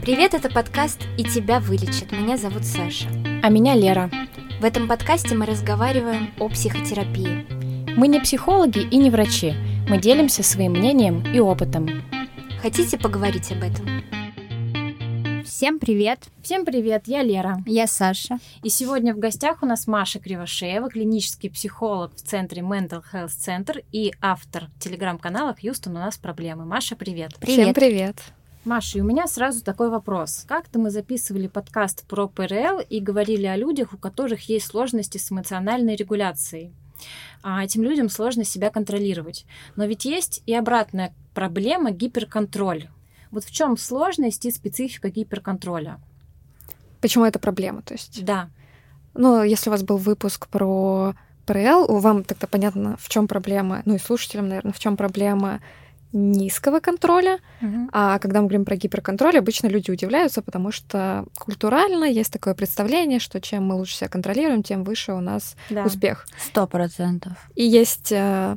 Привет, это подкаст «И тебя вылечат». Меня зовут Саша. А меня Лера. В этом подкасте мы разговариваем о психотерапии. Мы не психологи и не врачи. Мы делимся своим мнением и опытом. Хотите поговорить об этом? Всем привет! Всем привет, я Лера. Я Саша. И сегодня в гостях у нас Маша Кривошеева, клинический психолог в центре Mental Health Center и автор телеграм-канала «Хьюстон, у нас проблемы». Маша, привет! Привет! Всем привет! Маша, и у меня сразу такой вопрос. Как-то мы записывали подкаст про ПРЛ и говорили о людях, у которых есть сложности с эмоциональной регуляцией. А этим людям сложно себя контролировать. Но ведь есть и обратная проблема — гиперконтроль. Вот в чем сложность и специфика гиперконтроля? Почему это проблема? То есть, Да. Ну, если у вас был выпуск про ПРЛ, вам тогда понятно, в чем проблема, ну и слушателям, наверное, в чем проблема низкого контроля. А когда мы говорим про гиперконтроль, обычно люди удивляются, потому что культурально есть такое представление, что чем мы лучше себя контролируем, тем выше у нас успех. 100%. И есть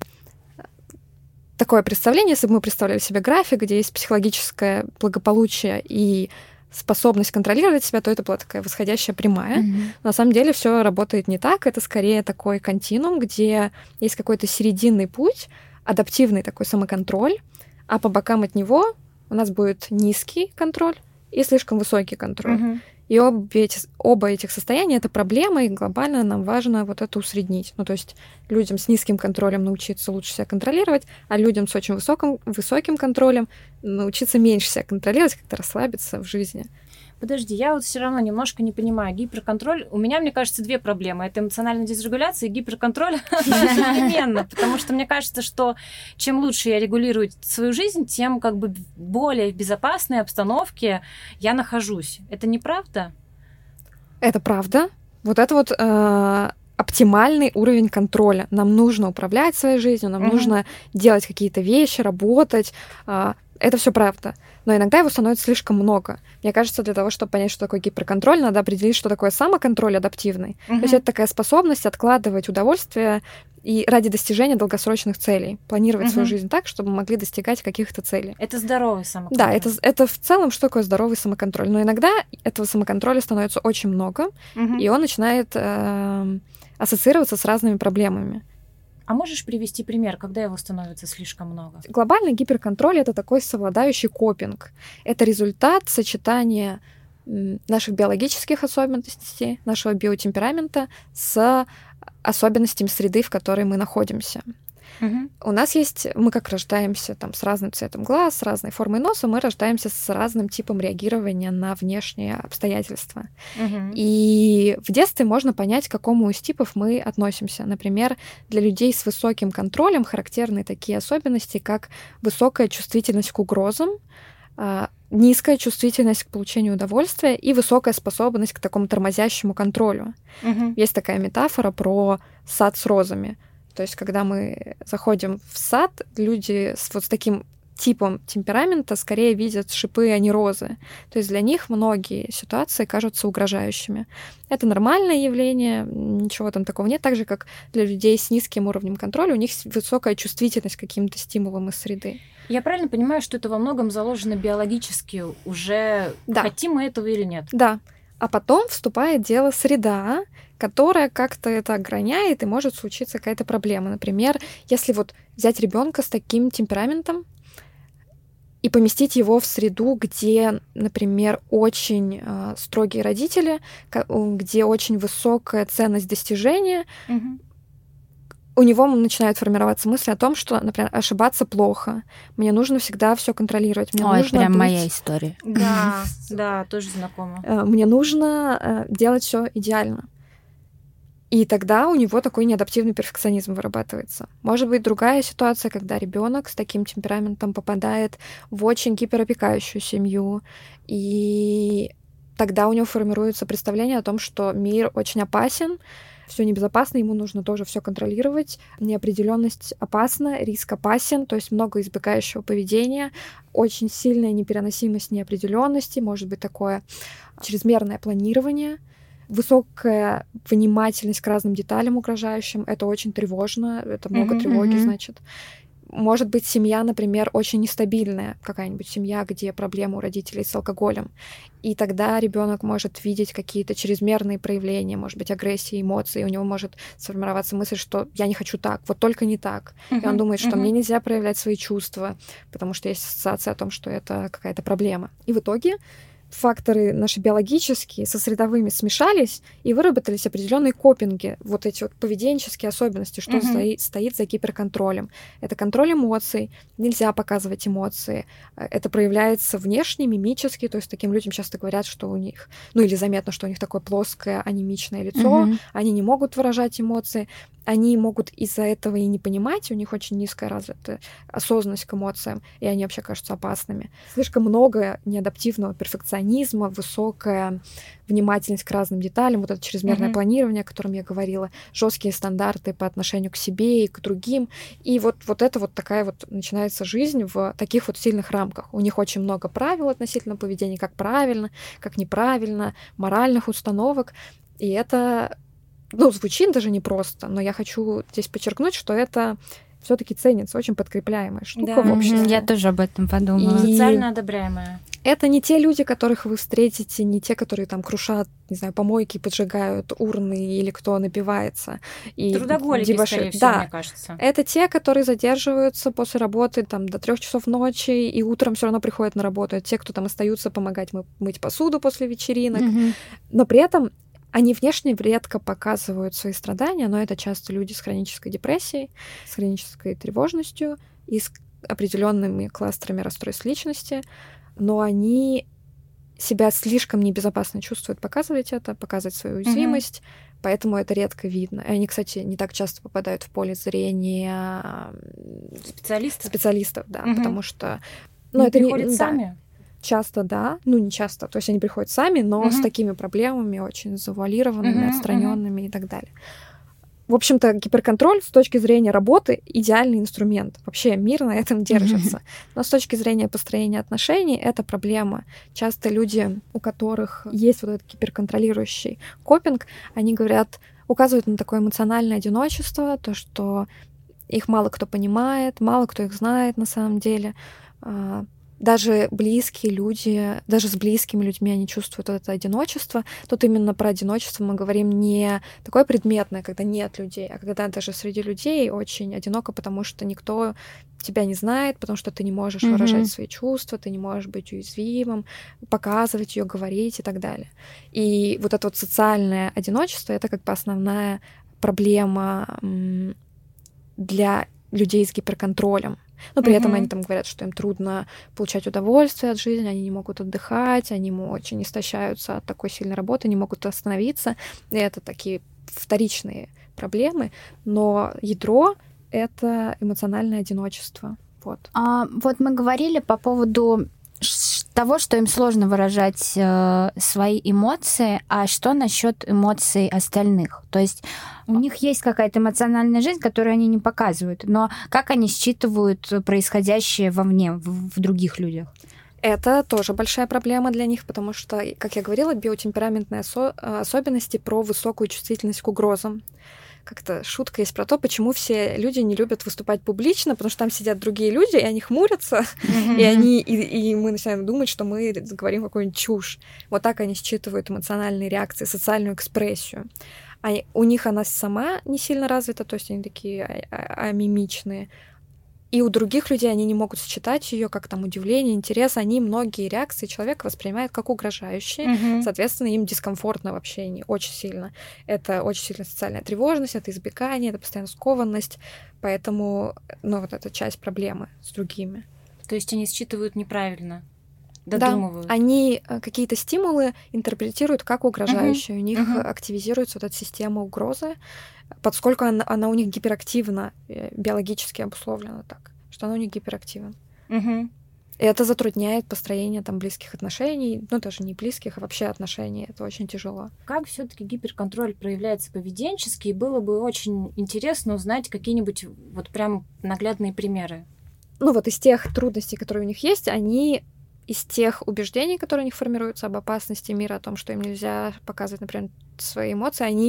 такое представление, если бы мы представляли себе график, где есть психологическое благополучие и способность контролировать себя, то это была такая восходящая прямая. На самом деле все работает не так. Это скорее такой континуум, где есть какой-то серединный путь, адаптивный такой самоконтроль, а по бокам от него у нас будет низкий контроль и слишком высокий контроль. И оба этих состояния — это проблема, и глобально нам важно вот это усреднить. Ну, то есть людям с низким контролем научиться лучше себя контролировать, а людям с очень высоким контролем научиться меньше себя контролировать, как-то расслабиться в жизни. Подожди, я вот все равно немножко не понимаю. Гиперконтроль. У меня, мне кажется, две проблемы. Это эмоциональная дисрегуляция и гиперконтроль одновременно. Потому что мне кажется, что чем лучше я регулирую свою жизнь, тем как бы более в безопасной обстановке я нахожусь. Это неправда? Это правда. Вот это вот оптимальный уровень контроля. Нам нужно управлять своей жизнью, нам нужно делать какие-то вещи, работать. Это все правда. Но иногда его становится слишком много. Мне кажется, для того, чтобы понять, что такое гиперконтроль, надо определить, что такое самоконтроль адаптивный. То есть это такая способность откладывать удовольствие и ради достижения долгосрочных целей. Планировать свою жизнь так, чтобы мы могли достигать каких-то целей. Это здоровый самоконтроль. Да, это в целом, что такое здоровый самоконтроль. Но иногда этого самоконтроля становится очень много, и он начинает ассоциироваться с разными проблемами. А можешь привести пример, когда его становится слишком много? Глобальный гиперконтроль — это такой совладающий копинг. Это результат сочетания наших биологических особенностей, нашего биотемперамента с особенностями среды, в которой мы находимся. У нас есть, мы как рождаемся там, с разным цветом глаз, с разной формой носа, мы рождаемся с разным типом реагирования на внешние обстоятельства. И в детстве можно понять, к какому из типов мы относимся. Например, для людей с высоким контролем характерны такие особенности, как высокая чувствительность к угрозам, низкая чувствительность к получению удовольствия и высокая способность к такому тормозящему контролю. Есть такая метафора про сад с розами. То есть, когда мы заходим в сад, люди с вот таким типом темперамента скорее видят шипы, а не розы. То есть для них многие ситуации кажутся угрожающими. Это нормальное явление, ничего там такого нет. Так же, как для людей с низким уровнем контроля, у них высокая чувствительность к каким-то стимулам из среды. Я правильно понимаю, что это во многом заложено биологически уже, хотим мы этого или нет? Да. А потом вступает дело среда, которая как-то это ограняет, и может случиться какая-то проблема. Например, если вот взять ребенка с таким темпераментом и поместить его в среду, где, например, очень строгие родители, где очень высокая ценность достижения, у него начинают формироваться мысли о том, что, например, ошибаться плохо. Мне нужно всегда все контролировать. Мне нужно это прям моя история. Да, тоже знакома. Мне нужно делать все идеально. И тогда у него такой неадаптивный перфекционизм вырабатывается. Может быть, другая ситуация, когда ребенок с таким темпераментом попадает в очень гиперопекающую семью, и тогда у него формируется представление о том, что мир очень опасен, все небезопасно, ему нужно тоже все контролировать. Неопределенность опасна, риск опасен, то есть много избегающего поведения, очень сильная непереносимость неопределенности, может быть такое чрезмерное планирование. Высокая внимательность к разным деталям угрожающим — это очень тревожно, это много тревоги, значит. Может быть, семья, например, очень нестабильная, какая-нибудь семья, где проблемы у родителей с алкоголем. И тогда ребенок может видеть какие-то чрезмерные проявления, может быть, агрессии, эмоций. У него может сформироваться мысль, что я не хочу так, вот только не так. И он думает, что мне нельзя проявлять свои чувства, потому что есть ассоциация о том, что это какая-то проблема. И в итоге факторы наши биологические со средовыми смешались, и выработались определенные копинги, вот эти вот поведенческие особенности, что стоит за гиперконтролем. Это контроль эмоций, нельзя показывать эмоции. Это проявляется внешне, мимически, то есть таким людям часто говорят, что у них, ну или заметно, что у них такое плоское анемичное лицо, они не могут выражать эмоции, они могут из-за этого и не понимать, у них очень низкая развитая осознанность к эмоциям, и они вообще кажутся опасными. Слишком много неадаптивного перфекционизма, высокая внимательность к разным деталям, вот это чрезмерное планирование, о котором я говорила, жесткие стандарты по отношению к себе и к другим. И вот это вот такая вот начинается жизнь в таких вот сильных рамках. У них очень много правил относительно поведения, как правильно, как неправильно, моральных установок. И это звучит даже непросто, но я хочу здесь подчеркнуть, что это все-таки ценится, очень подкрепляемая штука в обществе. Я тоже об этом подумала. И социально одобряемая. Это не те люди, которых вы встретите, не те, которые там крушат, не знаю, помойки, поджигают урны или кто напивается. И трудоголики, скорее всего, мне кажется. Это те, которые задерживаются после работы там, до 3 часов ночи и утром все равно приходят на работу. Это те, кто там остаются помогать мыть посуду после вечеринок. Но при этом они внешне редко показывают свои страдания, но это часто люди с хронической депрессией, с хронической тревожностью и с определенными кластерами расстройств личности, но они себя слишком небезопасно чувствуют показывать свою уязвимость, поэтому это редко видно. И они, кстати, не так часто попадают в поле зрения специалистов, да, потому что... Они приходят сами? Часто, да. Ну, не часто. То есть они приходят сами, но с такими проблемами, очень завуалированными, отстраненными и так далее. В общем-то, гиперконтроль с точки зрения работы — идеальный инструмент. Вообще мир на этом держится. Но с точки зрения построения отношений это проблема. Часто люди, у которых есть вот этот гиперконтролирующий копинг, они указывают на такое эмоциональное одиночество, то, что их мало кто понимает, мало кто их знает на самом деле. Даже близкие люди, даже с близкими людьми они чувствуют вот это одиночество. Тут именно про одиночество мы говорим не такое предметное, когда нет людей, а когда даже среди людей очень одиноко, потому что никто тебя не знает, потому что ты не можешь выражать свои чувства, ты не можешь быть уязвимым, показывать ее, говорить и так далее. И вот это вот социальное одиночество — это как бы основная проблема для людей с гиперконтролем. Но при этом они там говорят, что им трудно получать удовольствие от жизни, они не могут отдыхать, они очень истощаются от такой сильной работы, не могут остановиться. И это такие вторичные проблемы. Но ядро — это эмоциональное одиночество. Вот. Вот мы говорили по поводу того, что им сложно выражать свои эмоции, а что насчет эмоций остальных? То есть у них есть какая-то эмоциональная жизнь, которую они не показывают, но как они считывают происходящее вовне, в других людях? Это тоже большая проблема для них, потому что, как я говорила, биотемпераментные особенности про высокую чувствительность к угрозам. Как-то шутка есть про то, почему все люди не любят выступать публично, потому что там сидят другие люди, и они хмурятся, и мы начинаем думать, что мы говорим какую-нибудь чушь. Вот так они считывают эмоциональные реакции, социальную экспрессию. У них она сама не сильно развита, то есть они такие амимичные. И у других людей они не могут сочетать ее, как там удивление, интерес. Они многие реакции человека воспринимают как угрожающие. Соответственно, им дискомфортно в общении очень сильно. Это очень сильная социальная тревожность, это избегание, это постоянная скованность. Поэтому, вот это часть проблемы с другими. То есть они считывают неправильно, додумывают. Да, они какие-то стимулы интерпретируют как угрожающие. У них активизируется вот эта система угрозы, поскольку она у них гиперактивна, биологически обусловлена так, что она у них гиперактивна. И это затрудняет построение там близких отношений, даже не близких, а вообще отношений. Это очень тяжело. Как все-таки гиперконтроль проявляется поведенчески? И было бы очень интересно узнать какие-нибудь вот прям наглядные примеры. Из тех трудностей, которые у них есть, они из тех убеждений, которые у них формируются об опасности мира, о том, что им нельзя показывать, например, свои эмоции, они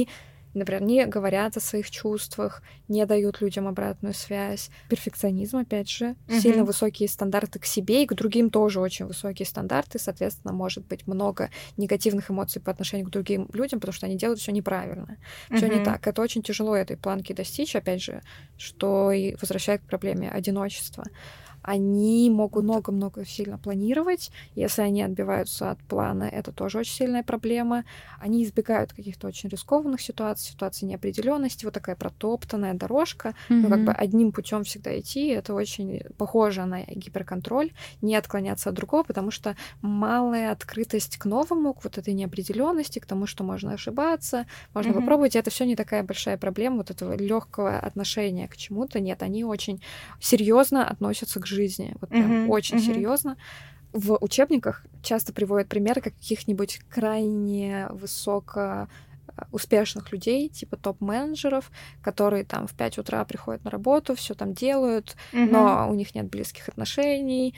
например, не говорят о своих чувствах, не дают людям обратную связь. Перфекционизм, опять же, сильно высокие стандарты к себе, и к другим тоже очень высокие стандарты, соответственно, может быть много негативных эмоций по отношению к другим людям, потому что они делают все неправильно, все не так. Это очень тяжело этой планки достичь, опять же, что и возвращает к проблеме одиночества. Они могут много-много сильно планировать. Если они отбиваются от плана, это тоже очень сильная проблема. Они избегают каких-то очень рискованных ситуаций, ситуаций неопределенности. Вот такая протоптанная дорожка. Но как бы одним путем всегда идти. Это очень похоже на гиперконтроль. Не отклоняться от другого, потому что малая открытость к новому, к вот этой неопределенности, к тому, что можно ошибаться, можно попробовать. И это все не такая большая проблема вот этого легкого отношения к чему-то. Нет, они очень серьезно относятся к жизни, вот прям очень серьезно. В учебниках часто приводят примеры каких-нибудь крайне высоко успешных людей, типа топ-менеджеров, которые там в 5 утра приходят на работу, все там делают, но у них нет близких отношений,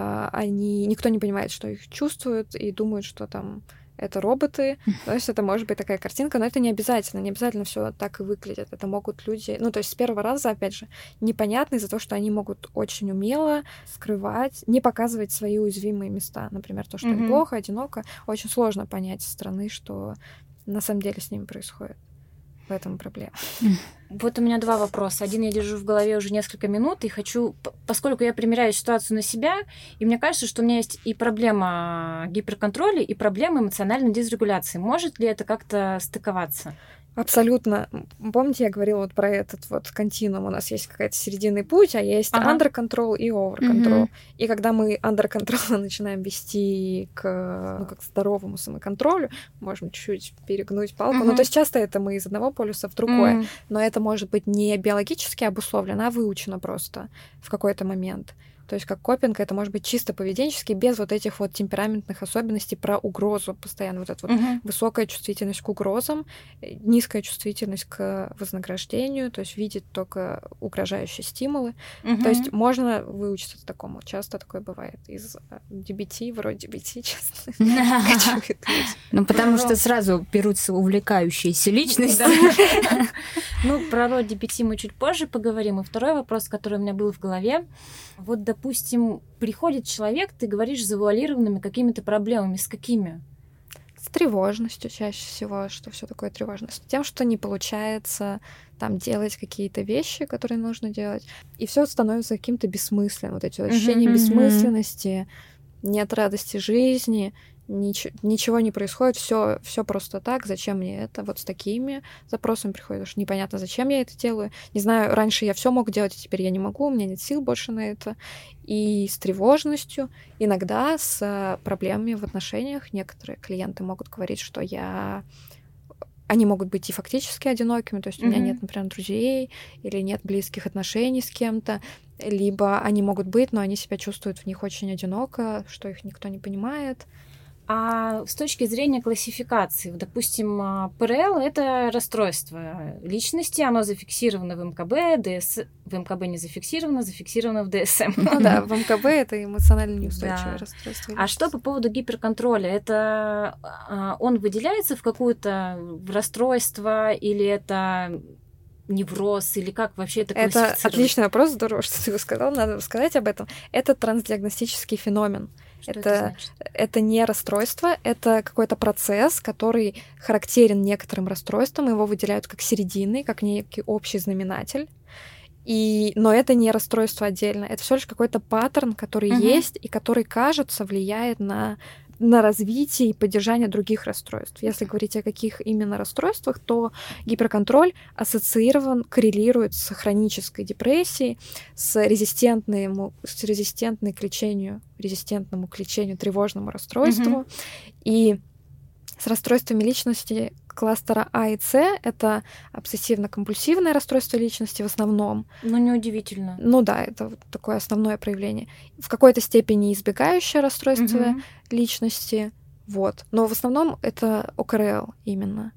никто не понимает, что их чувствуют, и думают, что там это роботы, то есть это может быть такая картинка, но это не обязательно все так и выглядит. Это могут люди, ну, то есть с первого раза, опять же, непонятно из-за того, что они могут очень умело скрывать, не показывать свои уязвимые места. Например, то, что им плохо, одиноко. Очень сложно понять со стороны, что на самом деле с ними происходит. В этом проблема. Вот у меня 2 вопроса. Один я держу в голове уже несколько минут, и хочу, поскольку я примеряю ситуацию на себя, и мне кажется, что у меня есть и проблема гиперконтроля, и проблема эмоциональной дисрегуляции. Может ли это как-то стыковаться? Абсолютно. Помните, я говорила вот про этот вот континуум. У нас есть какой-то серединный путь, а есть under control и over control. И когда мы under control начинаем вести к здоровому самоконтролю, можем чуть-чуть перегнуть палку. Ну, то есть часто это мы из одного полюса в другое. Но это может быть не биологически обусловлено, а выучено просто в какой-то момент. То есть как копинг, это может быть чисто поведенчески, без вот этих вот темпераментных особенностей про угрозу постоянно. Вот эта вот высокая чувствительность к угрозам, низкая чувствительность к вознаграждению, то есть видит только угрожающие стимулы. То есть можно выучиться такому. Часто такое бывает. Из DBT, вроде DBT, честно. Ну, потому что сразу берутся увлекающиеся личности. Ну, про род DBT мы чуть позже поговорим. И второй вопрос, который у меня был в голове. Вот, допустим, приходит человек, ты говоришь с завуалированными какими-то проблемами. С какими? С тревожностью чаще всего. Что все такое тревожность? Тем, что не получается там делать какие-то вещи, которые нужно делать. И все становится каким-то бессмысленным. Вот эти ощущения бессмысленности, нет радости жизни, ничего не происходит, все просто так, зачем мне это? Вот с такими запросами приходит, что непонятно, зачем я это делаю. Не знаю, раньше я все мог делать, а теперь я не могу, у меня нет сил больше на это. И с тревожностью, иногда с проблемами в отношениях. Некоторые клиенты могут говорить, что они могут быть и фактически одинокими, то есть у меня нет, например, друзей или нет близких отношений с кем-то, либо они могут быть, но они себя чувствуют в них очень одиноко, что их никто не понимает. А с точки зрения классификации, допустим, ПРЛ — это расстройство личности, оно зафиксировано в МКБ, в МКБ не зафиксировано, зафиксировано в ДСМ. Ну да, в МКБ это эмоционально неустойчивое расстройство. А что по поводу гиперконтроля? Это он выделяется в какое-то расстройство или это невроз, или как вообще это классифицировать? Это отличный вопрос, здорово, что ты его сказал, надо сказать об этом. Это трансдиагностический феномен. Это не расстройство, это какой-то процесс, который характерен некоторым расстройствам, его выделяют как серединный, как некий общий знаменатель. Но это не расстройство отдельно, это всего лишь какой-то паттерн, который есть и который, кажется, влияет на развитие и поддержание других расстройств. Если говорить о каких именно расстройствах, то гиперконтроль ассоциирован, коррелирует с хронической депрессией, с резистентному к лечению тревожному расстройству. И с расстройствами личности кластера А и С — это обсессивно-компульсивное расстройство личности в основном. Ну, неудивительно. Ну да, это вот такое основное проявление. В какой-то степени избегающее расстройство личности. Вот. Но в основном это ОКРЛ именно.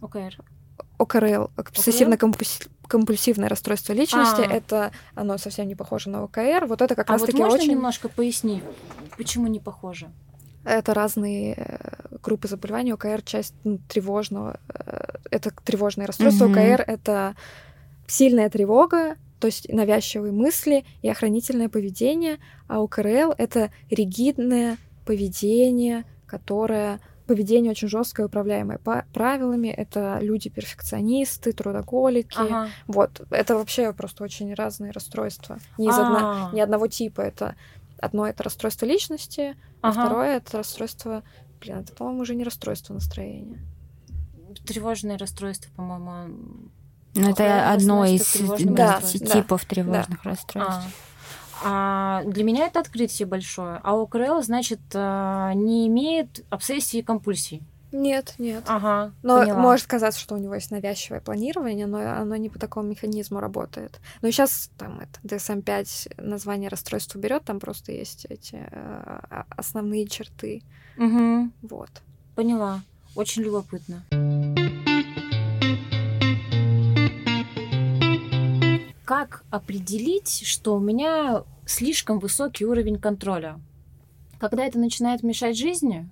ОКРЛ, обсессивно-компульсивное расстройство личности. Это оно совсем не похоже на ОКР. Вот это как раз-таки вот можно очень... немножко пояснить, почему не похоже? Это разные группы заболеваний. ОКР — часть тревожного это тревожное расстройство, ОКР — это сильная тревога, то есть навязчивые мысли и охранительное поведение, а ОКРЛ — это ригидное поведение, поведение очень жесткое, управляемое правилами, это люди-перфекционисты, трудоголики. Вот, это вообще просто очень разные расстройства. Ни одного типа. Это одно — это расстройство личности, а второе — это расстройство... это, по-моему, уже не расстройство настроения. Тревожное расстройство, по-моему... это одно из типов тревожных расстройств. Для меня это открытие большое. А ОКРЛ, значит, не имеет обсессии и компульсий. Нет. Но поняла. Может казаться, что у него есть навязчивое планирование, но оно не по такому механизму работает. Но сейчас там DSM-5 название расстройства берет, там просто есть эти основные черты. Вот. Поняла. Очень любопытно. Как определить, что у меня слишком высокий уровень контроля? Когда это начинает мешать жизни?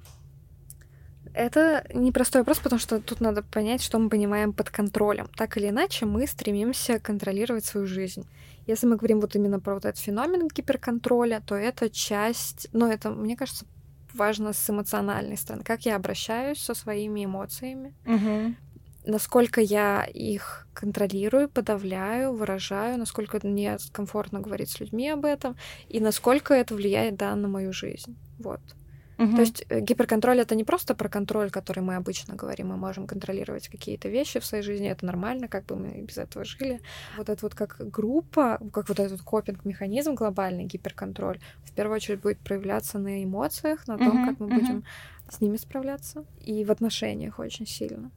Это непростой вопрос, потому что тут надо понять, что мы понимаем под контролем. Так или иначе, мы стремимся контролировать свою жизнь. Если мы говорим вот именно про вот этот феномен гиперконтроля, то это часть... это, мне кажется, важно с эмоциональной стороны. Как я обращаюсь со своими эмоциями, насколько я их контролирую, подавляю, выражаю, насколько мне комфортно говорить с людьми об этом, и насколько это влияет, на мою жизнь. Вот. То есть гиперконтроль — это не просто про контроль, который мы обычно говорим. Мы можем контролировать какие-то вещи в своей жизни, это нормально, как бы мы без этого жили. Вот это вот как группа, как вот этот копинг-механизм глобальный, гиперконтроль, в первую очередь будет проявляться на эмоциях, на том, как мы будем с ними справляться, и в отношениях очень сильно.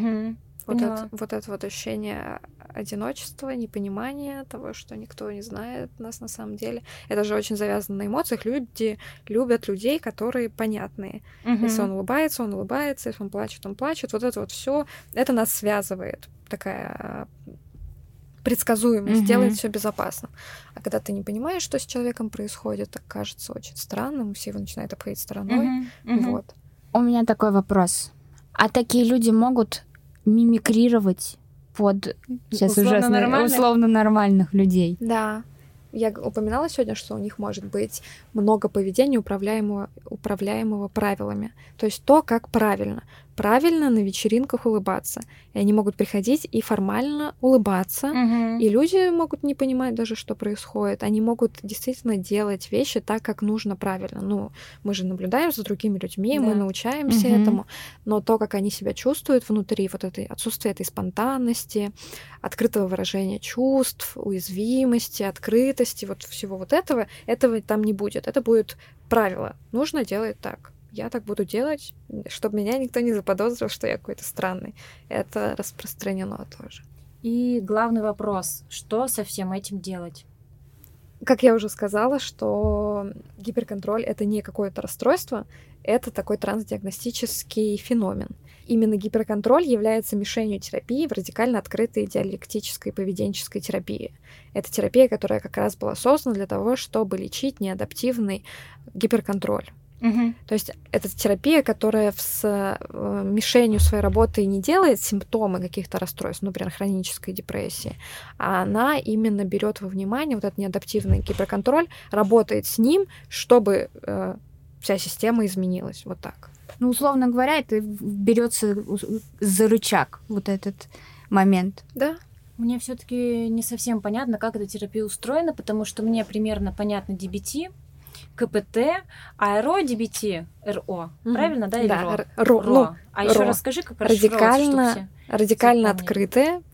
Вот это ощущение одиночества, непонимания того, что никто не знает нас на самом деле. Это же очень завязано на эмоциях. Люди любят людей, которые понятные. Если он улыбается, если он плачет. Вот это вот все, это нас связывает. Такая предсказуемость, делает все безопасным. А когда ты не понимаешь, что с человеком происходит, так кажется очень странным, все его начинают обходить стороной. Вот. У меня такой вопрос. А такие люди могут мимикрировать под сейчас условно нормальных людей? Да. Я упоминала сегодня, что у них может быть много поведения, управляемого правилами. То есть то, как правильно. Правильно на вечеринках улыбаться. И они могут приходить и формально улыбаться. И люди могут не понимать даже, что происходит. Они могут действительно делать вещи так, как нужно правильно. Мы же наблюдаем за другими людьми, мы научаемся этому. Но то, как они себя чувствуют внутри, вот это отсутствие этой спонтанности, открытого выражения чувств, уязвимости, открытости, вот всего вот этого там не будет. Это будет правило. Нужно делать так. Я так буду делать, чтобы меня никто не заподозрил, что я какой-то странный. Это распространено тоже. И главный вопрос, что со всем этим делать? Как я уже сказала, что гиперконтроль — это не какое-то расстройство, это такой трансдиагностический феномен. Именно гиперконтроль является мишенью терапии в радикально открытой диалектической поведенческой терапии. Это терапия, которая как раз была создана для того, чтобы лечить неадаптивный гиперконтроль. То есть это терапия, которая с мишенью своей работы не делает симптомы каких-то расстройств, например, хронической депрессии, а она именно берет во внимание вот этот неадаптивный гиперконтроль, работает с ним, чтобы вся система изменилась. Вот так. Условно говоря, это берется за рычаг, вот этот момент. Да. Мне все-таки не совсем понятно, как эта терапия устроена, потому что мне примерно понятно DBT, КПТ, а РО, DBT, РО. Правильно, да? Или да, РО. А еще расскажи, как расшифровывается, радикально открытая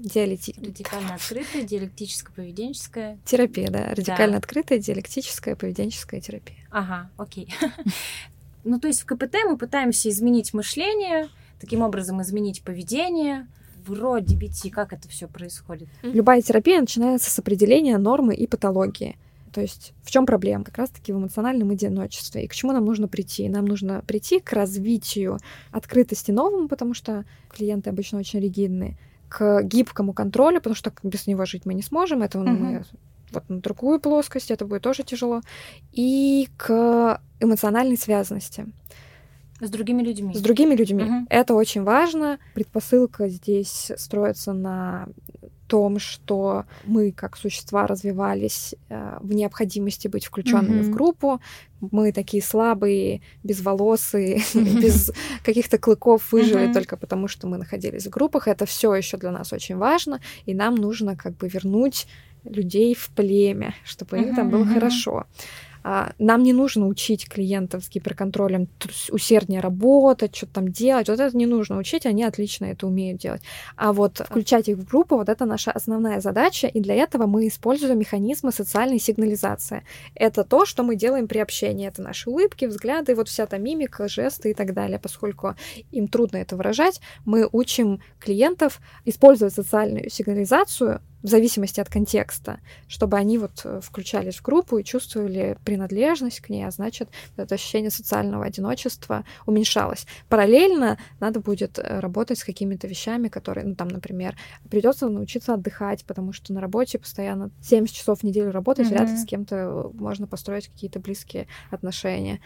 диалектическо-поведенческая терапия, да. Радикально открытая диалектическая поведенческая терапия. Ага, окей. То есть в КПТ мы пытаемся изменить мышление, таким образом изменить поведение. В РО, DBT, как это все происходит? Любая терапия начинается с определения нормы и патологии. То есть в чем проблема? Как раз-таки в эмоциональном одиночестве. И к чему нам нужно прийти? Нам нужно прийти к развитию открытости новому, потому что клиенты обычно очень ригидны, к гибкому контролю, потому что без него жить мы не сможем. Это мы вот на другую плоскость, это будет тоже тяжело. И к эмоциональной связанности. С другими людьми. С другими людьми. Мгм. Это очень важно. Предпосылка здесь строится на том, что мы, как существа, развивались в необходимости быть включенными в группу. Мы такие слабые, безволосые, без каких-то клыков выжили только потому, что мы находились в группах. Это все еще для нас очень важно, и нам нужно как бы вернуть людей в племя, чтобы им там было хорошо. Нам не нужно учить клиентов с гиперконтролем усерднее работать, что-то там делать. Вот это не нужно учить, они отлично это умеют делать. А вот включать их в группу, вот это наша основная задача, и для этого мы используем механизмы социальной сигнализации. Это то, что мы делаем при общении. Это наши улыбки, взгляды, вот вся та мимика, жесты и так далее. Поскольку им трудно это выражать, мы учим клиентов использовать социальную сигнализацию в зависимости от контекста, чтобы они вот включались в группу и чувствовали принадлежность к ней, а значит, это ощущение социального одиночества уменьшалось. Параллельно надо будет работать с какими-то вещами, которые, ну, там, например, придется научиться отдыхать, потому что на работе постоянно 70 часов в неделю работать, вряд ли с кем-то можно построить какие-то близкие отношения.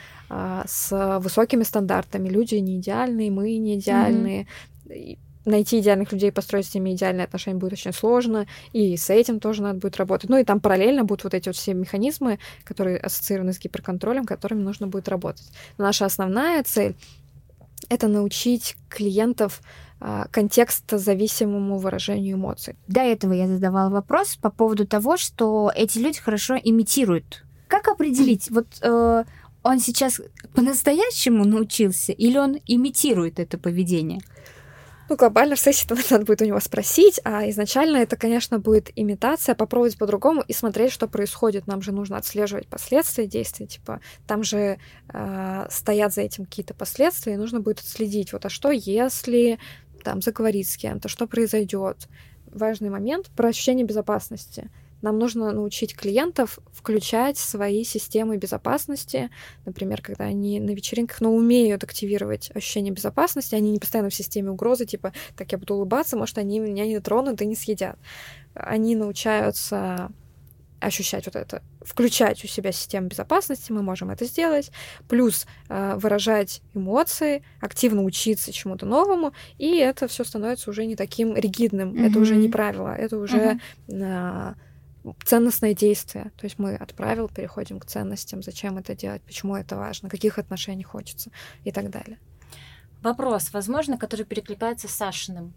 С высокими стандартами. Люди не идеальные, мы не идеальные. Найти идеальных людей, построить с ними идеальные отношения будет очень сложно, и с этим тоже надо будет работать. Ну и там параллельно будут вот эти вот все механизмы, которые ассоциированы с гиперконтролем, которыми нужно будет работать. Но наша основная цель — это научить клиентов контекстозависимому выражению эмоций. До этого я задавала вопрос по поводу того, что эти люди хорошо имитируют. Как определить, вот он сейчас по-настоящему научился или он имитирует это поведение? Ну, глобально в сессии надо будет у него спросить, а изначально это, конечно, будет имитация, попробовать по-другому и смотреть, что происходит. Нам же нужно отслеживать последствия действий, типа, там же стоят за этим какие-то последствия, и нужно будет отследить, вот, а что если там заговорить с кем-то, что произойдет. Важный момент про ощущение безопасности. Нам нужно научить клиентов включать свои системы безопасности. Например, когда они на вечеринках, но умеют активировать ощущение безопасности, они не постоянно в системе угрозы, типа, так я буду улыбаться, может, они меня не тронут и не съедят. Они научаются ощущать вот это, включать у себя систему безопасности, мы можем это сделать, плюс выражать эмоции, активно учиться чему-то новому, и это все становится уже не таким ригидным, это уже не правило, это уже ценностное действие. То есть мы от правил переходим к ценностям, зачем это делать, почему это важно, каких отношений хочется и так далее. Вопрос, возможно, который перекликается с Сашиным.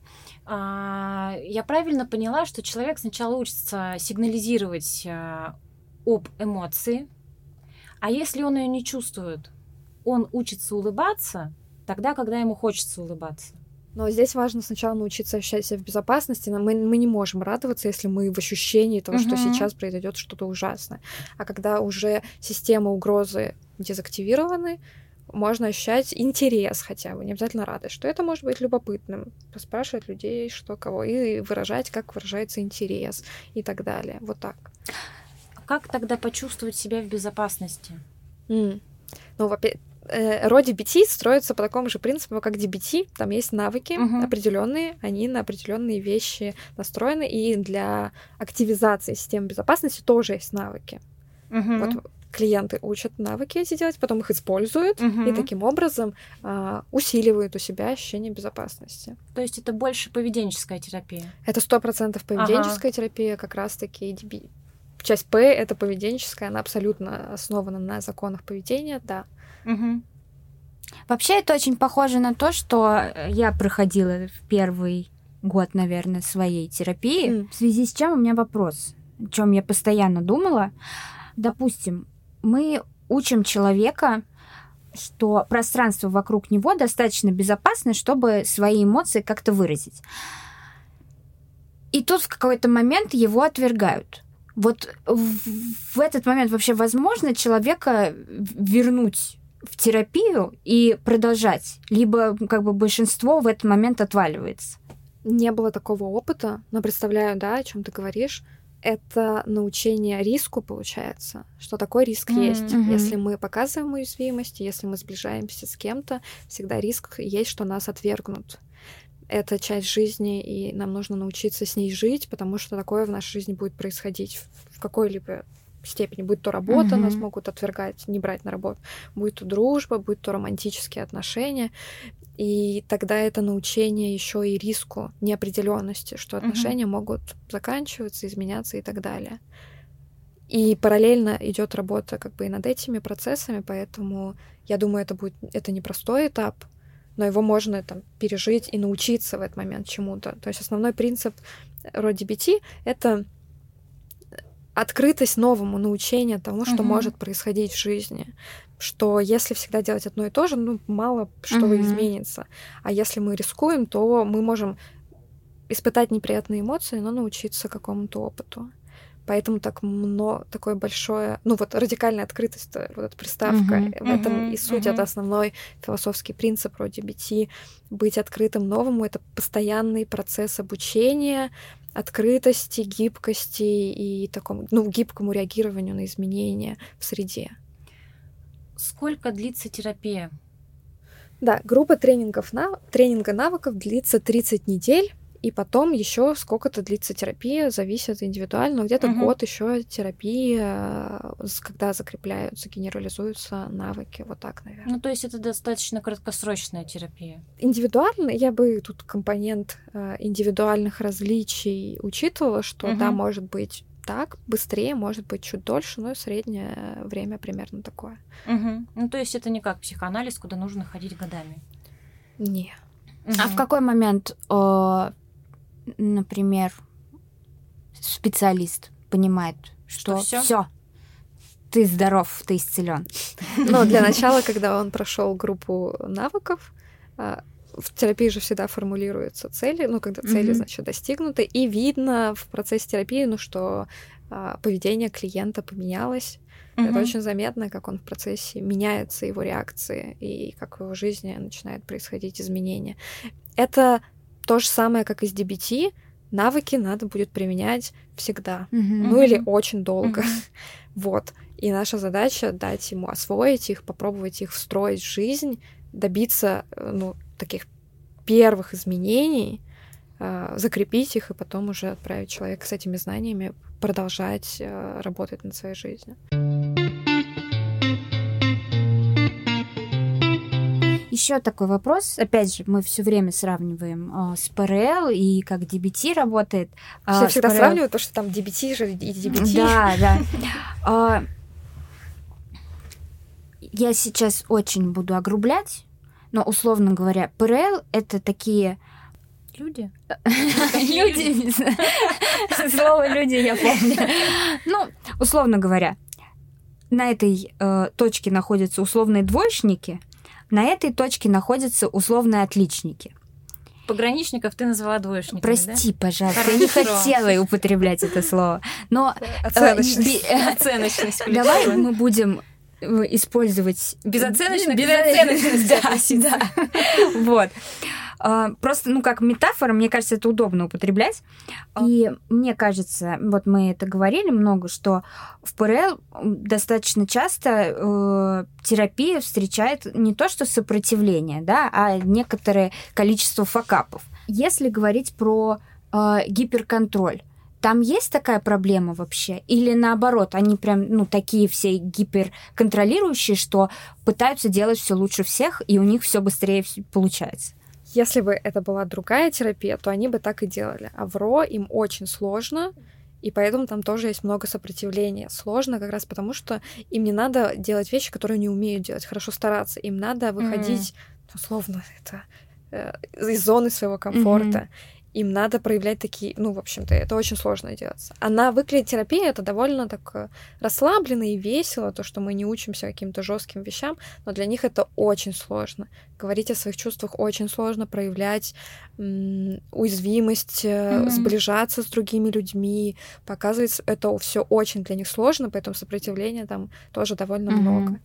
Я правильно поняла, что человек сначала учится сигнализировать об эмоции, а если он ее не чувствует, он учится улыбаться тогда, когда ему хочется улыбаться. Но здесь важно сначала научиться ощущать себя в безопасности. Мы не можем радоваться, если мы в ощущении того, что сейчас произойдет что-то ужасное. А когда уже системы угрозы дезактивированы, можно ощущать интерес хотя бы, не обязательно радость, что это может быть любопытным, поспрашивать людей, что кого, и выражать, как выражается интерес и так далее. Вот так. Как тогда почувствовать себя в безопасности? Ну, во-первых, Роди BT строится по такому же принципу, как DBT. Там есть навыки определенные, они на определенные вещи настроены, и для активизации системы безопасности тоже есть навыки. Вот клиенты учат навыки эти делать, потом их используют, и таким образом усиливают у себя ощущение безопасности. То есть это больше поведенческая терапия? Это 100% поведенческая терапия, как раз-таки DBT. Часть П — это поведенческая, она абсолютно основана на законах поведения, да. Вообще это очень похоже на то, что я проходила в первый год, наверное, своей терапии, в связи с чем у меня вопрос, о чем я постоянно думала. Допустим, мы учим человека, что пространство вокруг него достаточно безопасно, чтобы свои эмоции как-то выразить. И тут в какой-то момент его отвергают. Вот в этот момент вообще возможно человека вернуть в терапию и продолжать? Либо как бы большинство в этот момент отваливается? Не было такого опыта, но представляю, да, о чем ты говоришь. Это научение риску, получается, что такой риск есть. Если мы показываем уязвимость, если мы сближаемся с кем-то, всегда риск есть, что нас отвергнут. Это часть жизни, и нам нужно научиться с ней жить, потому что такое в нашей жизни будет происходить в какой-либо степени. Будь то работа, нас могут отвергать, не брать на работу, будь то дружба, будь то романтические отношения. И тогда это научение еще и риску, неопределенности, что отношения могут заканчиваться, изменяться и так далее. И параллельно идет работа как бы и над этими процессами, поэтому я думаю, это непростой этап, но его можно там пережить и научиться в этот момент чему-то. То есть основной принцип RODBT — это открытость новому, научение тому, что может происходить в жизни. Что если всегда делать одно и то же, мало что изменится. А если мы рискуем, то мы можем испытать неприятные эмоции, но научиться какому-то опыту. Поэтому такое большое... радикальная открытость, вот эта приставка, в этом и суть, это основной философский принцип RODBT. Быть открытым новому — это постоянный процесс обучения, открытости, гибкости и такому, гибкому реагированию на изменения в среде. Сколько длится терапия? Да, группа тренинга навыков длится 30 недель, и потом еще сколько-то длится терапия, зависит индивидуально, где-то год еще терапии, когда закрепляются, генерализуются навыки, вот так, наверное. То есть это достаточно краткосрочная терапия. Индивидуально, я бы тут компонент индивидуальных различий учитывала, что да, может быть так, быстрее, может быть чуть дольше, но среднее время примерно такое. То есть это не как психоанализ, куда нужно ходить годами? Не. А в какой момент, например, специалист понимает, что все, ты здоров, ты исцелен? Для начала, когда он прошел группу навыков, в терапии же всегда формулируются цели, когда цели, значит, достигнуты, и видно в процессе терапии, что поведение клиента поменялось. Это очень заметно, как он в процессе меняется, его реакции, и как в его жизни начинают происходить изменения. Это то же самое, как и с DBT. Навыки надо будет применять всегда, или очень долго. Вот. И наша задача — дать ему освоить их, попробовать их встроить в жизнь, добиться таких первых изменений, закрепить их и потом уже отправить человека с этими знаниями продолжать работать над своей жизнью. Еще такой вопрос. Опять же, мы все время сравниваем с ПРЛ и как DBT работает. Все всегда сравнивают, потому что там DBT же и DBT. Да. Я сейчас очень буду огрублять, но, условно говоря, ПРЛ — это такие... Люди? Люди. Слово «люди» я помню. Условно говоря, на этой точке находятся условные двоечники, на этой точке находятся условные отличники. Пограничников ты назвала двоечниками, Прости, пожалуйста, я не хотела употреблять это слово. Но оценочность. Давай мы будем использовать... Безоценочность. Да. Вот. Просто, как метафора, мне кажется, это удобно употреблять. И мне кажется, вот мы это говорили много, что в ПРЛ достаточно часто терапия встречает не то что сопротивление, да, а некоторое количество факапов. Если говорить про гиперконтроль, там есть такая проблема вообще? Или наоборот, они прям, такие все гиперконтролирующие, что пытаются делать все лучше всех, и у них все быстрее получается? Если бы это была другая терапия, то они бы так и делали. А в РО им очень сложно, и поэтому там тоже есть много сопротивления. Сложно как раз потому, что им не надо делать вещи, которые они умеют делать, хорошо стараться. Им надо выходить, условно, из зоны своего комфорта. Им надо проявлять такие... в общем-то, это очень сложно делать. А на выклейт-терапии это довольно так расслабленно и весело, то, что мы не учимся каким-то жестким вещам, но для них это очень сложно. Говорить о своих чувствах очень сложно, проявлять уязвимость, сближаться с другими людьми, показывать это все очень для них сложно, поэтому сопротивления там тоже довольно много.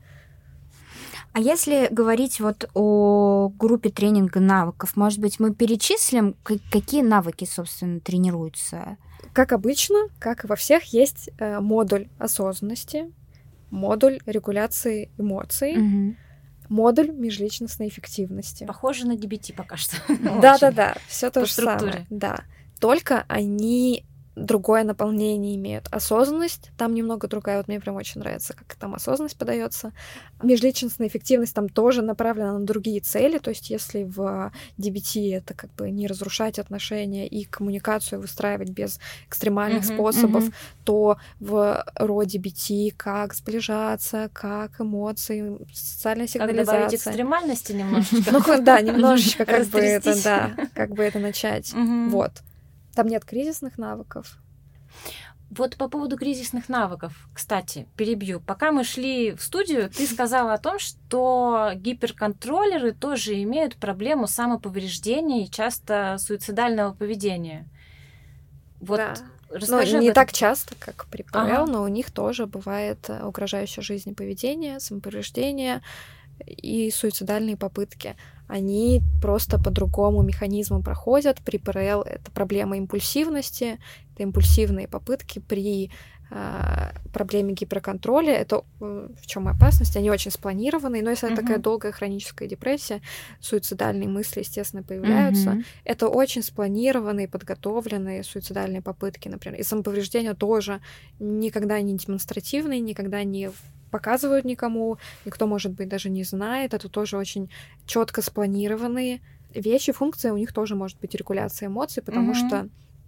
А если говорить вот о группе тренинга навыков, может быть, мы перечислим, какие навыки, собственно, тренируются? Как обычно, как и во всех, есть модуль осознанности, модуль регуляции эмоций, модуль межличностной эффективности. Похоже на DBT пока что. Да, все то же самое. Да. Только они другое наполнение имеют. Осознанность там немного другая. Вот мне прям очень нравится, как там осознанность подается. Межличностная эффективность там тоже направлена на другие цели. То есть если в DBT это как бы не разрушать отношения и коммуникацию выстраивать без экстремальных способов, то в RAW-DBT как сближаться, как эмоции, социальная сигнализация. Как добавить экстремальности немножечко. Ну да, немножечко как бы это, да, как бы это начать. Вот. Там нет кризисных навыков. Вот по поводу кризисных навыков, кстати, перебью. Пока мы шли в студию, ты сказала о том, что гиперконтроллеры тоже имеют проблему самоповреждения и часто суицидального поведения. Вот да. Расскажи не так часто, как при ПРЛ, но у них тоже бывает угрожающее жизни поведение, самоповреждение и суицидальные попытки. Они просто по другому механизму проходят. При ПРЛ это проблема импульсивности, это импульсивные попытки. При проблеме гиперконтроля это в чем опасность? Они очень спланированные, но если это такая долгая хроническая депрессия, суицидальные мысли, естественно, появляются. Это очень спланированные, подготовленные суицидальные попытки, например. И самоповреждение тоже никогда не демонстративные, никогда не показывают никому, никто, может быть, даже не знает. Это тоже очень четко спланированные вещи. Функция у них тоже может быть регуляция эмоций, потому что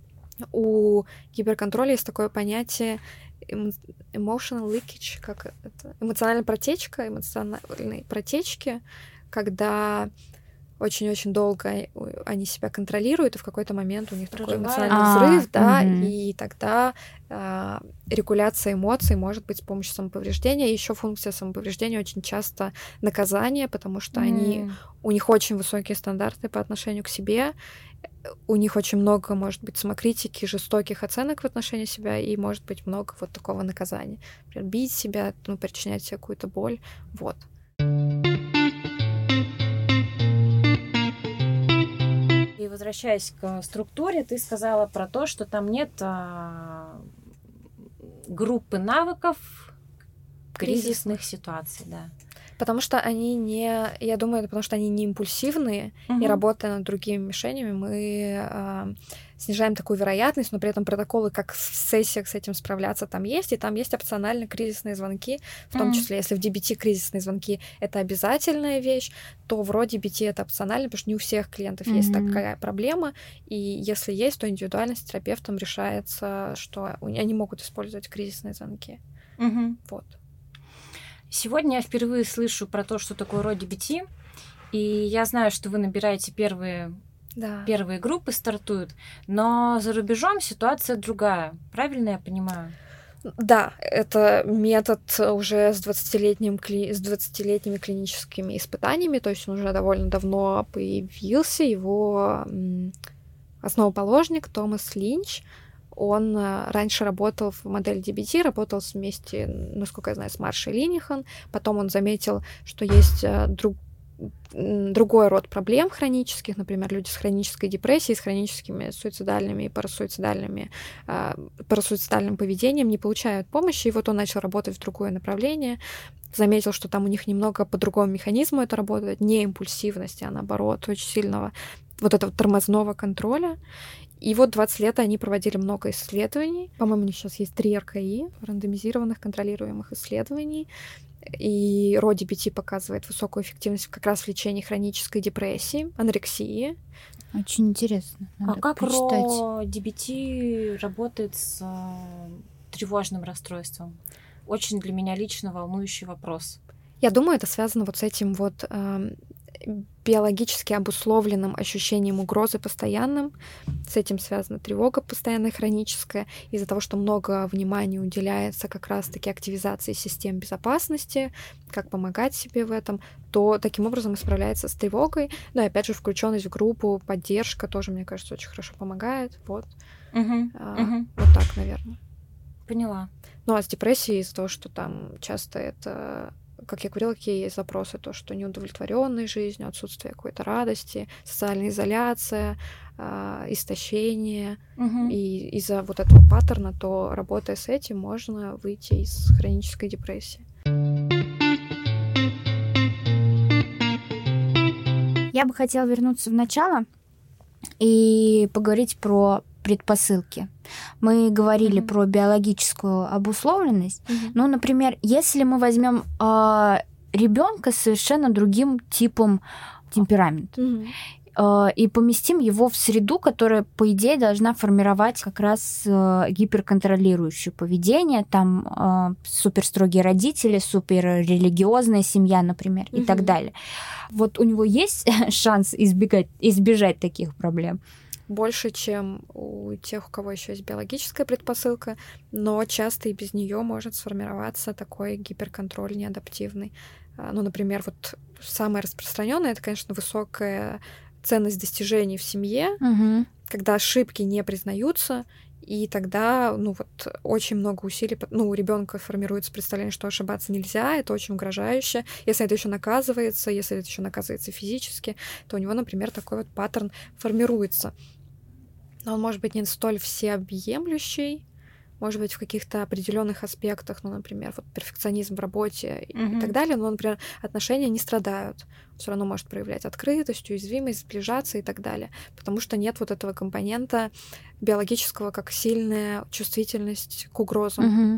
у гиперконтроля есть такое понятие emotional leakage, как это? Эмоциональная протечка, эмоциональные протечки, когда очень-очень долго они себя контролируют, и в какой-то момент у них такой эмоциональный взрыв, да, и тогда регуляция эмоций может быть с помощью самоповреждения. И еще функция самоповреждения очень часто наказание, потому что у них очень высокие стандарты по отношению к себе, у них очень много, может быть, самокритики, жестоких оценок в отношении себя, и может быть много вот такого наказания. Например, бить себя, причинять себе какую-то боль, вот. И возвращаясь к структуре, ты сказала про то, что там нет группы навыков кризисных ситуаций, да. Потому что они не... Я думаю, это потому что они не импульсивные, и работая над другими мишенями, мы снижаем такую вероятность, но при этом протоколы, как в сессиях с этим справляться, там есть, и там есть опциональные кризисные звонки, в том числе, если в DBT кризисные звонки — это обязательная вещь, то в RAW-DBT это опционально, потому что не у всех клиентов есть такая проблема, и если есть, то индивидуально с терапевтом решается, что они могут использовать кризисные звонки. Вот. Сегодня я впервые слышу про то, что такое RAW-DBT, и я знаю, что вы набираете первые группы, стартуют, но за рубежом ситуация другая. Правильно я понимаю? Да, это метод уже с 20-летними клиническими испытаниями, то есть он уже довольно давно появился. Его основоположник Томас Линч, он раньше работал в модели DBT, работал вместе, насколько я знаю, с Маршей Линихан. Потом он заметил, что есть другой род проблем хронических, например, люди с хронической депрессией, с хроническими суицидальными и парасуицидальным поведением не получают помощи, и вот он начал работать в другое направление, заметил, что там у них немного по другому механизму это работает, не импульсивности, а наоборот, очень сильного вот этого тормозного контроля. И вот 20 лет они проводили много исследований. По-моему, у них сейчас есть 3 РКИ, рандомизированных, контролируемых исследований. И RAW-DBT показывает высокую эффективность как раз в лечении хронической депрессии, анорексии. Очень интересно. Надо как RAW-DBT работает с тревожным расстройством? Очень для меня лично волнующий вопрос. Я думаю, это связано вот с этим вот биологически обусловленным ощущением угрозы постоянным. С этим связана тревога постоянная, хроническая. Из-за того, что много внимания уделяется как раз-таки активизации систем безопасности, как помогать себе в этом, то таким образом и справляется с тревогой. Ну и опять же, включенность в группу, поддержка тоже, мне кажется, очень хорошо помогает. Вот. Вот так, наверное. Поняла. Ну а с депрессией из-за того, что там часто это... Как я говорила, какие есть запросы, то, что неудовлетворенной жизнью, отсутствие какой-то радости, социальная изоляция, истощение. И из-за вот этого паттерна, то, работая с этим, можно выйти из хронической депрессии. Я бы хотела вернуться в начало и поговорить про предпосылки. Мы говорили про биологическую обусловленность. Ну, например, если мы возьмем ребенка с совершенно другим типом темперамента и поместим его в среду, которая, по идее, должна формировать как раз гиперконтролирующее поведение, там суперстрогие родители, суперрелигиозная семья, например, и так далее. Вот у него есть шанс избежать таких проблем? Больше, чем у тех, у кого еще есть биологическая предпосылка, но часто и без нее может сформироваться такой гиперконтроль неадаптивный. Ну, например, вот самое распространенное это, конечно, высокая ценность достижений в семье, когда ошибки не признаются, и тогда, ну вот, очень много усилий, ну, у ребенка формируется представление, что ошибаться нельзя, это очень угрожающе. Если это еще наказывается, если это еще наказывается физически, то у него, например, такой вот паттерн формируется. Но он может быть не столь всеобъемлющий, может быть, в каких-то определенных аспектах, ну, например, вот перфекционизм в работе и так далее, но, например, отношения не страдают. Все равно может проявлять открытость, уязвимость, сближаться и так далее, потому что нет вот этого компонента биологического, как сильная чувствительность к угрозам.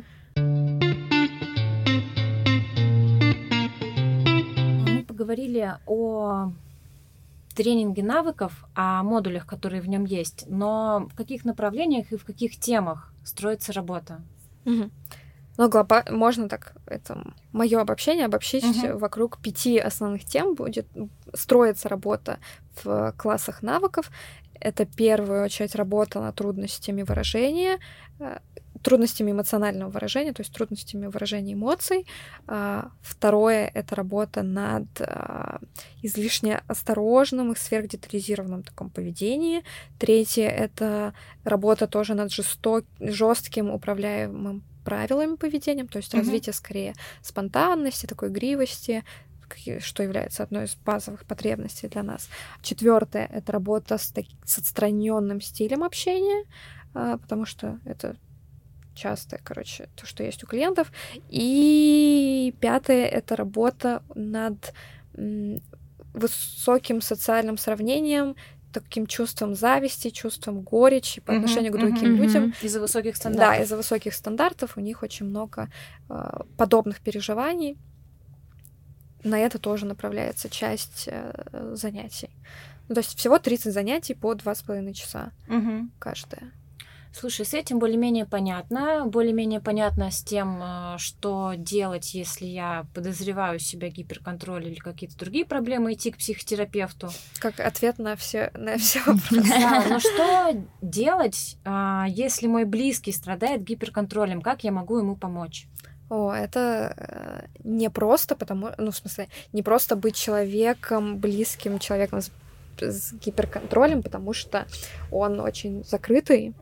Мы поговорили о тренинге навыков, о модулях, которые в нем есть, но в каких направлениях и в каких темах строится работа? Ну, можно так, это мое обобщение, обобщить вокруг 5 основных тем будет строиться работа в классах навыков. Это, в первую очередь, работа над трудностями выражения, трудностями эмоционального выражения, то есть трудностями выражения эмоций. Второе — это работа над излишне осторожным и сверхдетализированным таком поведении. Третье — это работа тоже над жестким управляемым правилами поведения, то есть развитие скорее спонтанности, такой игривости, что является одной из базовых потребностей для нас. Четвертое — это работа с отстраненным стилем общения, потому что это часто, то, что есть у клиентов. И пятое — это работа над высоким социальным сравнением, таким чувством зависти, чувством горечи по отношению к другим людям. Из-за высоких стандартов. Да, из-за высоких стандартов у них очень много подобных переживаний. На это тоже направляется часть занятий. Ну, то есть всего 30 занятий по 2,5 часа каждое. Слушай, с этим более-менее понятно. Более-менее понятно с тем, что делать, если я подозреваю себя гиперконтроль или какие-то другие проблемы, идти к психотерапевту. Как ответ на все вопросы. Да, но что делать, если мой близкий страдает гиперконтролем? Как я могу ему помочь? Это не просто, не просто быть человеком, близким человеком с гиперконтролем, потому что он очень закрытый,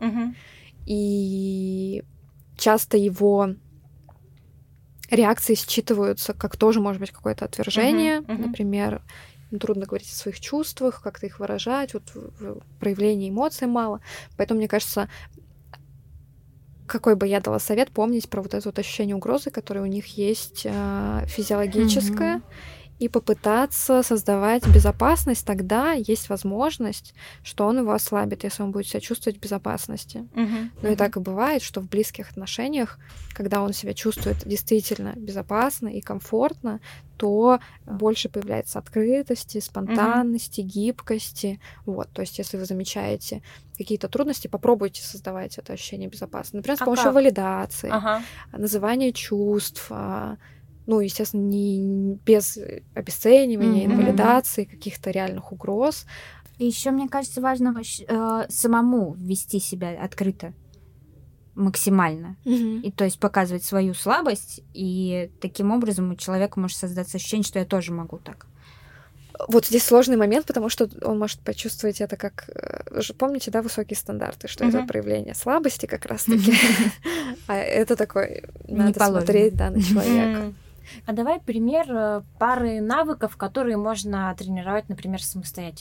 и часто его реакции считываются как тоже, может быть, какое-то отвержение. Например, трудно говорить о своих чувствах, как-то их выражать, вот проявления эмоций мало. Поэтому, мне кажется, какой бы я дала совет, помнить про вот это вот ощущение угрозы, которое у них есть физиологическое, и попытаться создавать безопасность, тогда есть возможность, что он его ослабит, если он будет себя чувствовать в безопасности. Но и так и бывает, что в близких отношениях, когда он себя чувствует действительно безопасно и комфортно, то больше появляется открытости, спонтанности, гибкости. Вот, то есть если вы замечаете какие-то трудности, попробуйте создавать это ощущение безопасности. Например, с помощью валидации, называния чувств, ну, естественно, не без обесценивания, инвалидации, каких-то реальных угроз. И еще, мне кажется, важно самому вести себя открыто, максимально. И то есть показывать свою слабость, и таким образом у человека может создаться ощущение, что я тоже могу так. Вот здесь сложный момент, потому что он может почувствовать это как... Помните, да, высокие стандарты, что это проявление слабости как раз-таки. А это такой... Надо смотреть, да, на человека. А давай пример пары навыков, которые можно тренировать, например, самостоятельно.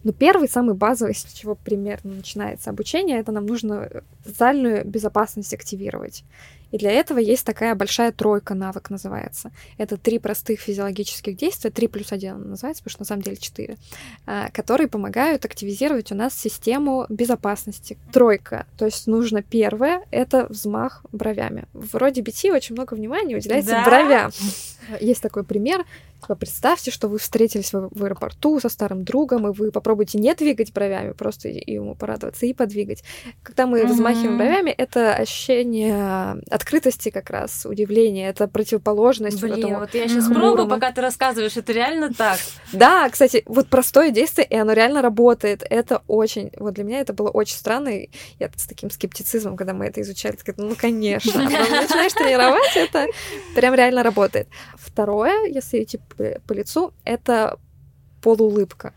Но первый, самый базовый, с чего примерно начинается обучение, это нам нужно социальную безопасность активировать. И для этого есть такая большая тройка навык называется. Это 3 простых физиологических действия, 3+1 называется, потому что на самом деле 4, которые помогают активизировать у нас систему безопасности. Тройка, то есть нужно первое, это взмах бровями. Вроде BT очень много внимания уделяется бровям. Есть такой пример. Представьте, что вы встретились в аэропорту со старым другом, и вы попробуйте не двигать бровями, просто ему порадоваться и подвигать. Когда мы взмахиваем бровями, это ощущение открытости как раз, удивления, это противоположность. Блин, вот я сейчас пробую, пока ты рассказываешь, это реально так. Да, кстати, вот простое действие, и оно реально работает. Это очень... Вот для меня это было очень странно, и я с таким скептицизмом, когда мы это изучали, сказала, ну, конечно. А потом начинаешь тренировать, это прям реально работает. Второе, если идти по лицу, это полуулыбка.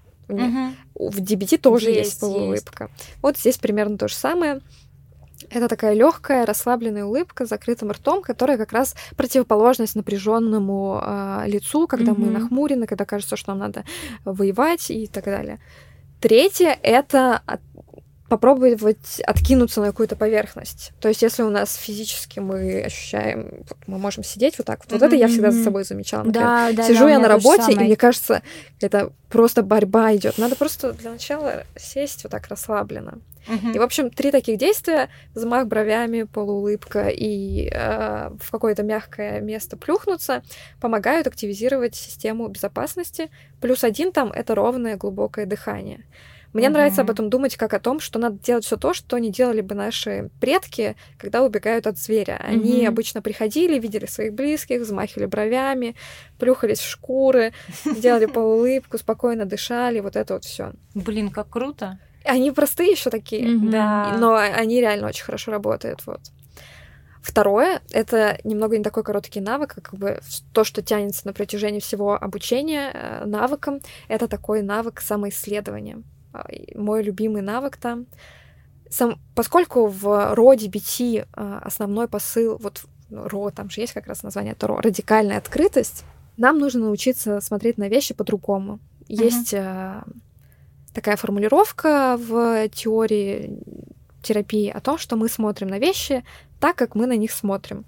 В DBT тоже есть полуулыбка. Вот здесь примерно то же самое. Это такая легкая, расслабленная улыбка с закрытым ртом, которая как раз противоположность напряженному лицу, когда мы нахмурены, когда кажется, что нам надо воевать и так далее. Третье — это попробовать откинуться на какую-то поверхность. То есть, если у нас физически мы ощущаем, вот мы можем сидеть вот так вот. Вот это я всегда за собой замечала. Сижу я на работе, и мне кажется, это просто борьба идет. Надо просто для начала сесть вот так расслабленно. И, в общем, 3 таких действия: взмах бровями, полуулыбка и в какое-то мягкое место плюхнуться, помогают активизировать систему безопасности. +1 там — это ровное глубокое дыхание. Мне нравится об этом думать как о том, что надо делать все то, что не делали бы наши предки, когда убегают от зверя. Они обычно приходили, видели своих близких, взмахивали бровями, плюхались в шкуры, делали полуулыбку, спокойно дышали, вот это вот все. Блин, как круто. Они простые еще такие, но они реально очень хорошо работают. Вот. Второе — это немного не такой короткий навык, как бы то, что тянется на протяжении всего обучения навыкам. Это такой навык самоисследования. Мой любимый навык там. Поскольку в роде BT основной посыл, вот ро, там же есть как раз название, это ро, радикальная открытость, нам нужно научиться смотреть на вещи по-другому. Есть такая формулировка в теории терапии о том, что мы смотрим на вещи так, как мы на них смотрим.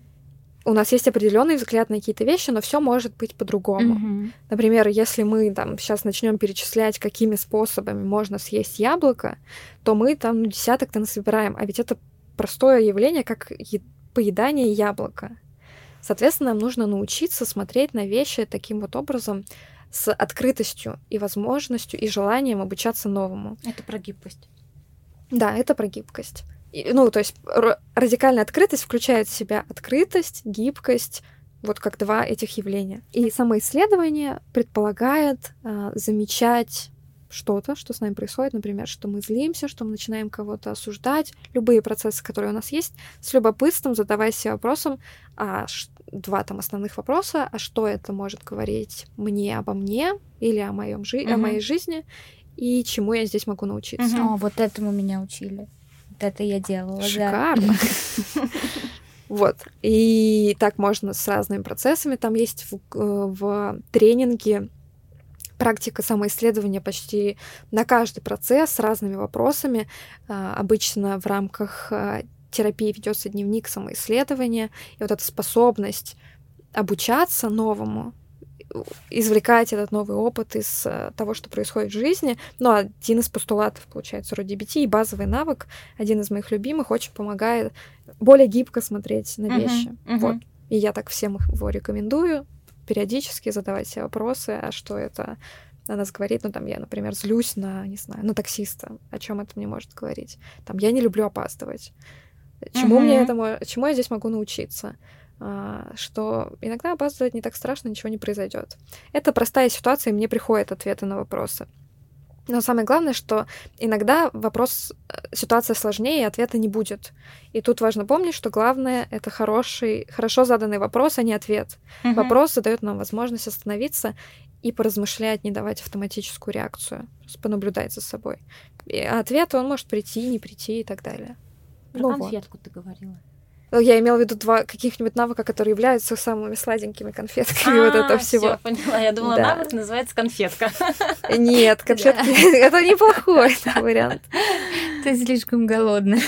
У нас есть определенный взгляд на какие-то вещи, но все может быть по-другому. Например, если мы там сейчас начнем перечислять, какими способами можно съесть яблоко, то мы там десяток-то насобираем. А ведь это простое явление, как поедание яблока. Соответственно, нам нужно научиться смотреть на вещи таким вот образом, с открытостью и возможностью, и желанием обучаться новому. Это про гибкость. Да, это про гибкость. То есть радикальная открытость включает в себя открытость, гибкость, вот как 2 этих явления. И самоисследование предполагает замечать что-то, что с нами происходит, например, что мы злимся, что мы начинаем кого-то осуждать, любые процессы, которые у нас есть, с любопытством задавая себе вопросом, 2 там основных вопроса: а что это может говорить мне обо мне или о моей жизни, и чему я здесь могу научиться. О, вот этому меня учили. Вот это я делала. Шикарно. Вот. И так можно с разными процессами. Там есть в тренинге практика самоисследования почти на каждый процесс с разными вопросами. Обычно в рамках терапии ведется дневник самоисследования. И вот эта способность обучаться новому, извлекать этот новый опыт из того, что происходит в жизни. Один из постулатов, получается, вроде BT, и базовый навык, один из моих любимых, очень помогает более гибко смотреть на вещи. Вот. И я так всем его рекомендую периодически задавать себе вопросы, а что это о нас говорит. Я, например, злюсь на таксиста. О чем это мне может говорить? Я не люблю опаздывать. Чему я здесь могу научиться? Что иногда опаздывать не так страшно, ничего не произойдет. Это простая ситуация, и мне приходят ответы на вопросы. Но самое главное, что иногда ситуация сложнее, и ответа не будет. И тут важно помнить, что главное — это хорошо заданный вопрос, а не ответ. Вопрос задает нам возможность остановиться и поразмышлять, не давать автоматическую реакцию, просто понаблюдать за собой. И ответ, он может прийти, не прийти и так далее. Про конфетку ты говорила. Я имела в виду 2 каких-нибудь навыка, которые являются самыми сладенькими конфетками вот этого всего. Всё, поняла. Я думала, навык называется конфетка. Нет, конфетки — это неплохой вариант. Ты слишком голодная.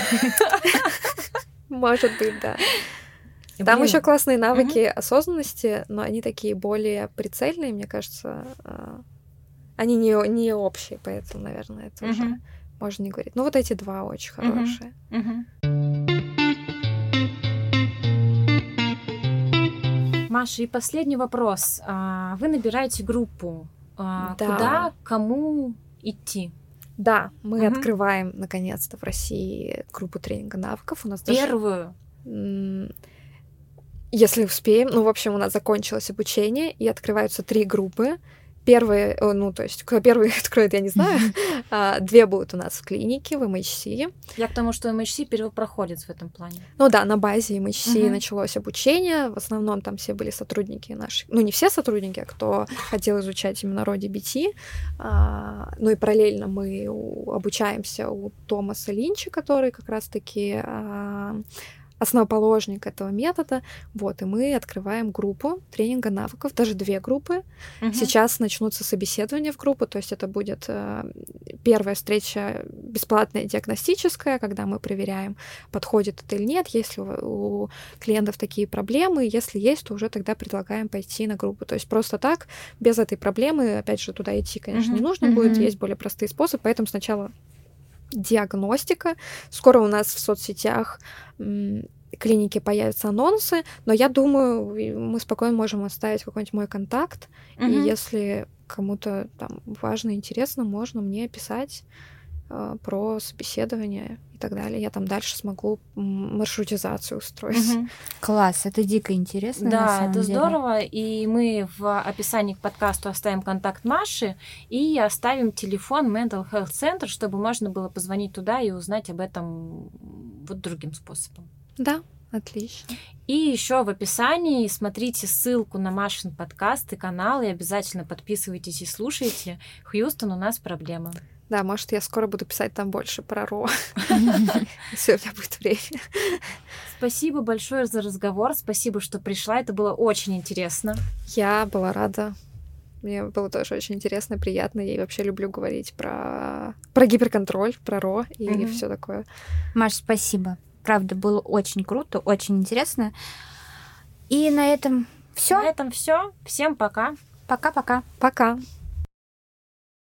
Может быть, да. Там еще классные навыки осознанности, но они такие более прицельные, мне кажется. Они не общие, поэтому, наверное, это уже можно не говорить. Ну, вот эти 2 очень хорошие. Маша, и последний вопрос. Вы набираете группу. Да. Куда, кому идти? Да, мы открываем, наконец-то, в России группу тренинга навыков. У нас Первую? Если успеем. Ну, в общем, у нас закончилось обучение, и открываются 3 группы. Первые, то есть, кто первый откроет, я не знаю. 2 будут у нас в клинике, в MHC. Я к тому, что MHC первопроходец в этом плане. Ну да, на базе MHC началось обучение. В основном там все были сотрудники наши. Ну, не все сотрудники, а кто хотел изучать именно роди BT. Ну и параллельно мы обучаемся у Томаса Линча, который как раз-таки основоположник этого метода. Вот, и мы открываем группу тренинга навыков, даже 2 группы. Сейчас начнутся собеседования в группу, то есть это будет первая встреча бесплатная диагностическая, когда мы проверяем, подходит это или нет, есть ли у клиентов такие проблемы, если есть, то уже тогда предлагаем пойти на группу. То есть просто так, без этой проблемы, опять же, туда идти, конечно, не нужно будет, есть более простые способы, поэтому сначала диагностика. Скоро у нас в соцсетях клиники появятся анонсы, но я думаю, мы спокойно можем оставить какой-нибудь мой контакт, и если кому-то там важно, интересно, можно мне писать про собеседование и так далее. Я там дальше смогу маршрутизацию устроить. Класс, это дико интересно. Да, это здорово. И мы в описании к подкасту оставим контакт Маши и оставим телефон Mental Health Center, чтобы можно было позвонить туда и узнать об этом вот другим способом. Да, отлично. И еще в описании смотрите ссылку на Машин подкаст и канал, и обязательно подписывайтесь и слушайте. Хьюстон, у нас проблемы. Да, может, я скоро буду писать там больше про РО, если у меня будет время. Спасибо большое за разговор, спасибо, что пришла, это было очень интересно. Я была рада. Мне было тоже очень интересно, приятно. Я вообще люблю говорить про гиперконтроль, про РО и все такое. Маш, спасибо. Правда, было очень круто, очень интересно. И на этом все. На этом все. Всем пока. Пока-пока. Пока.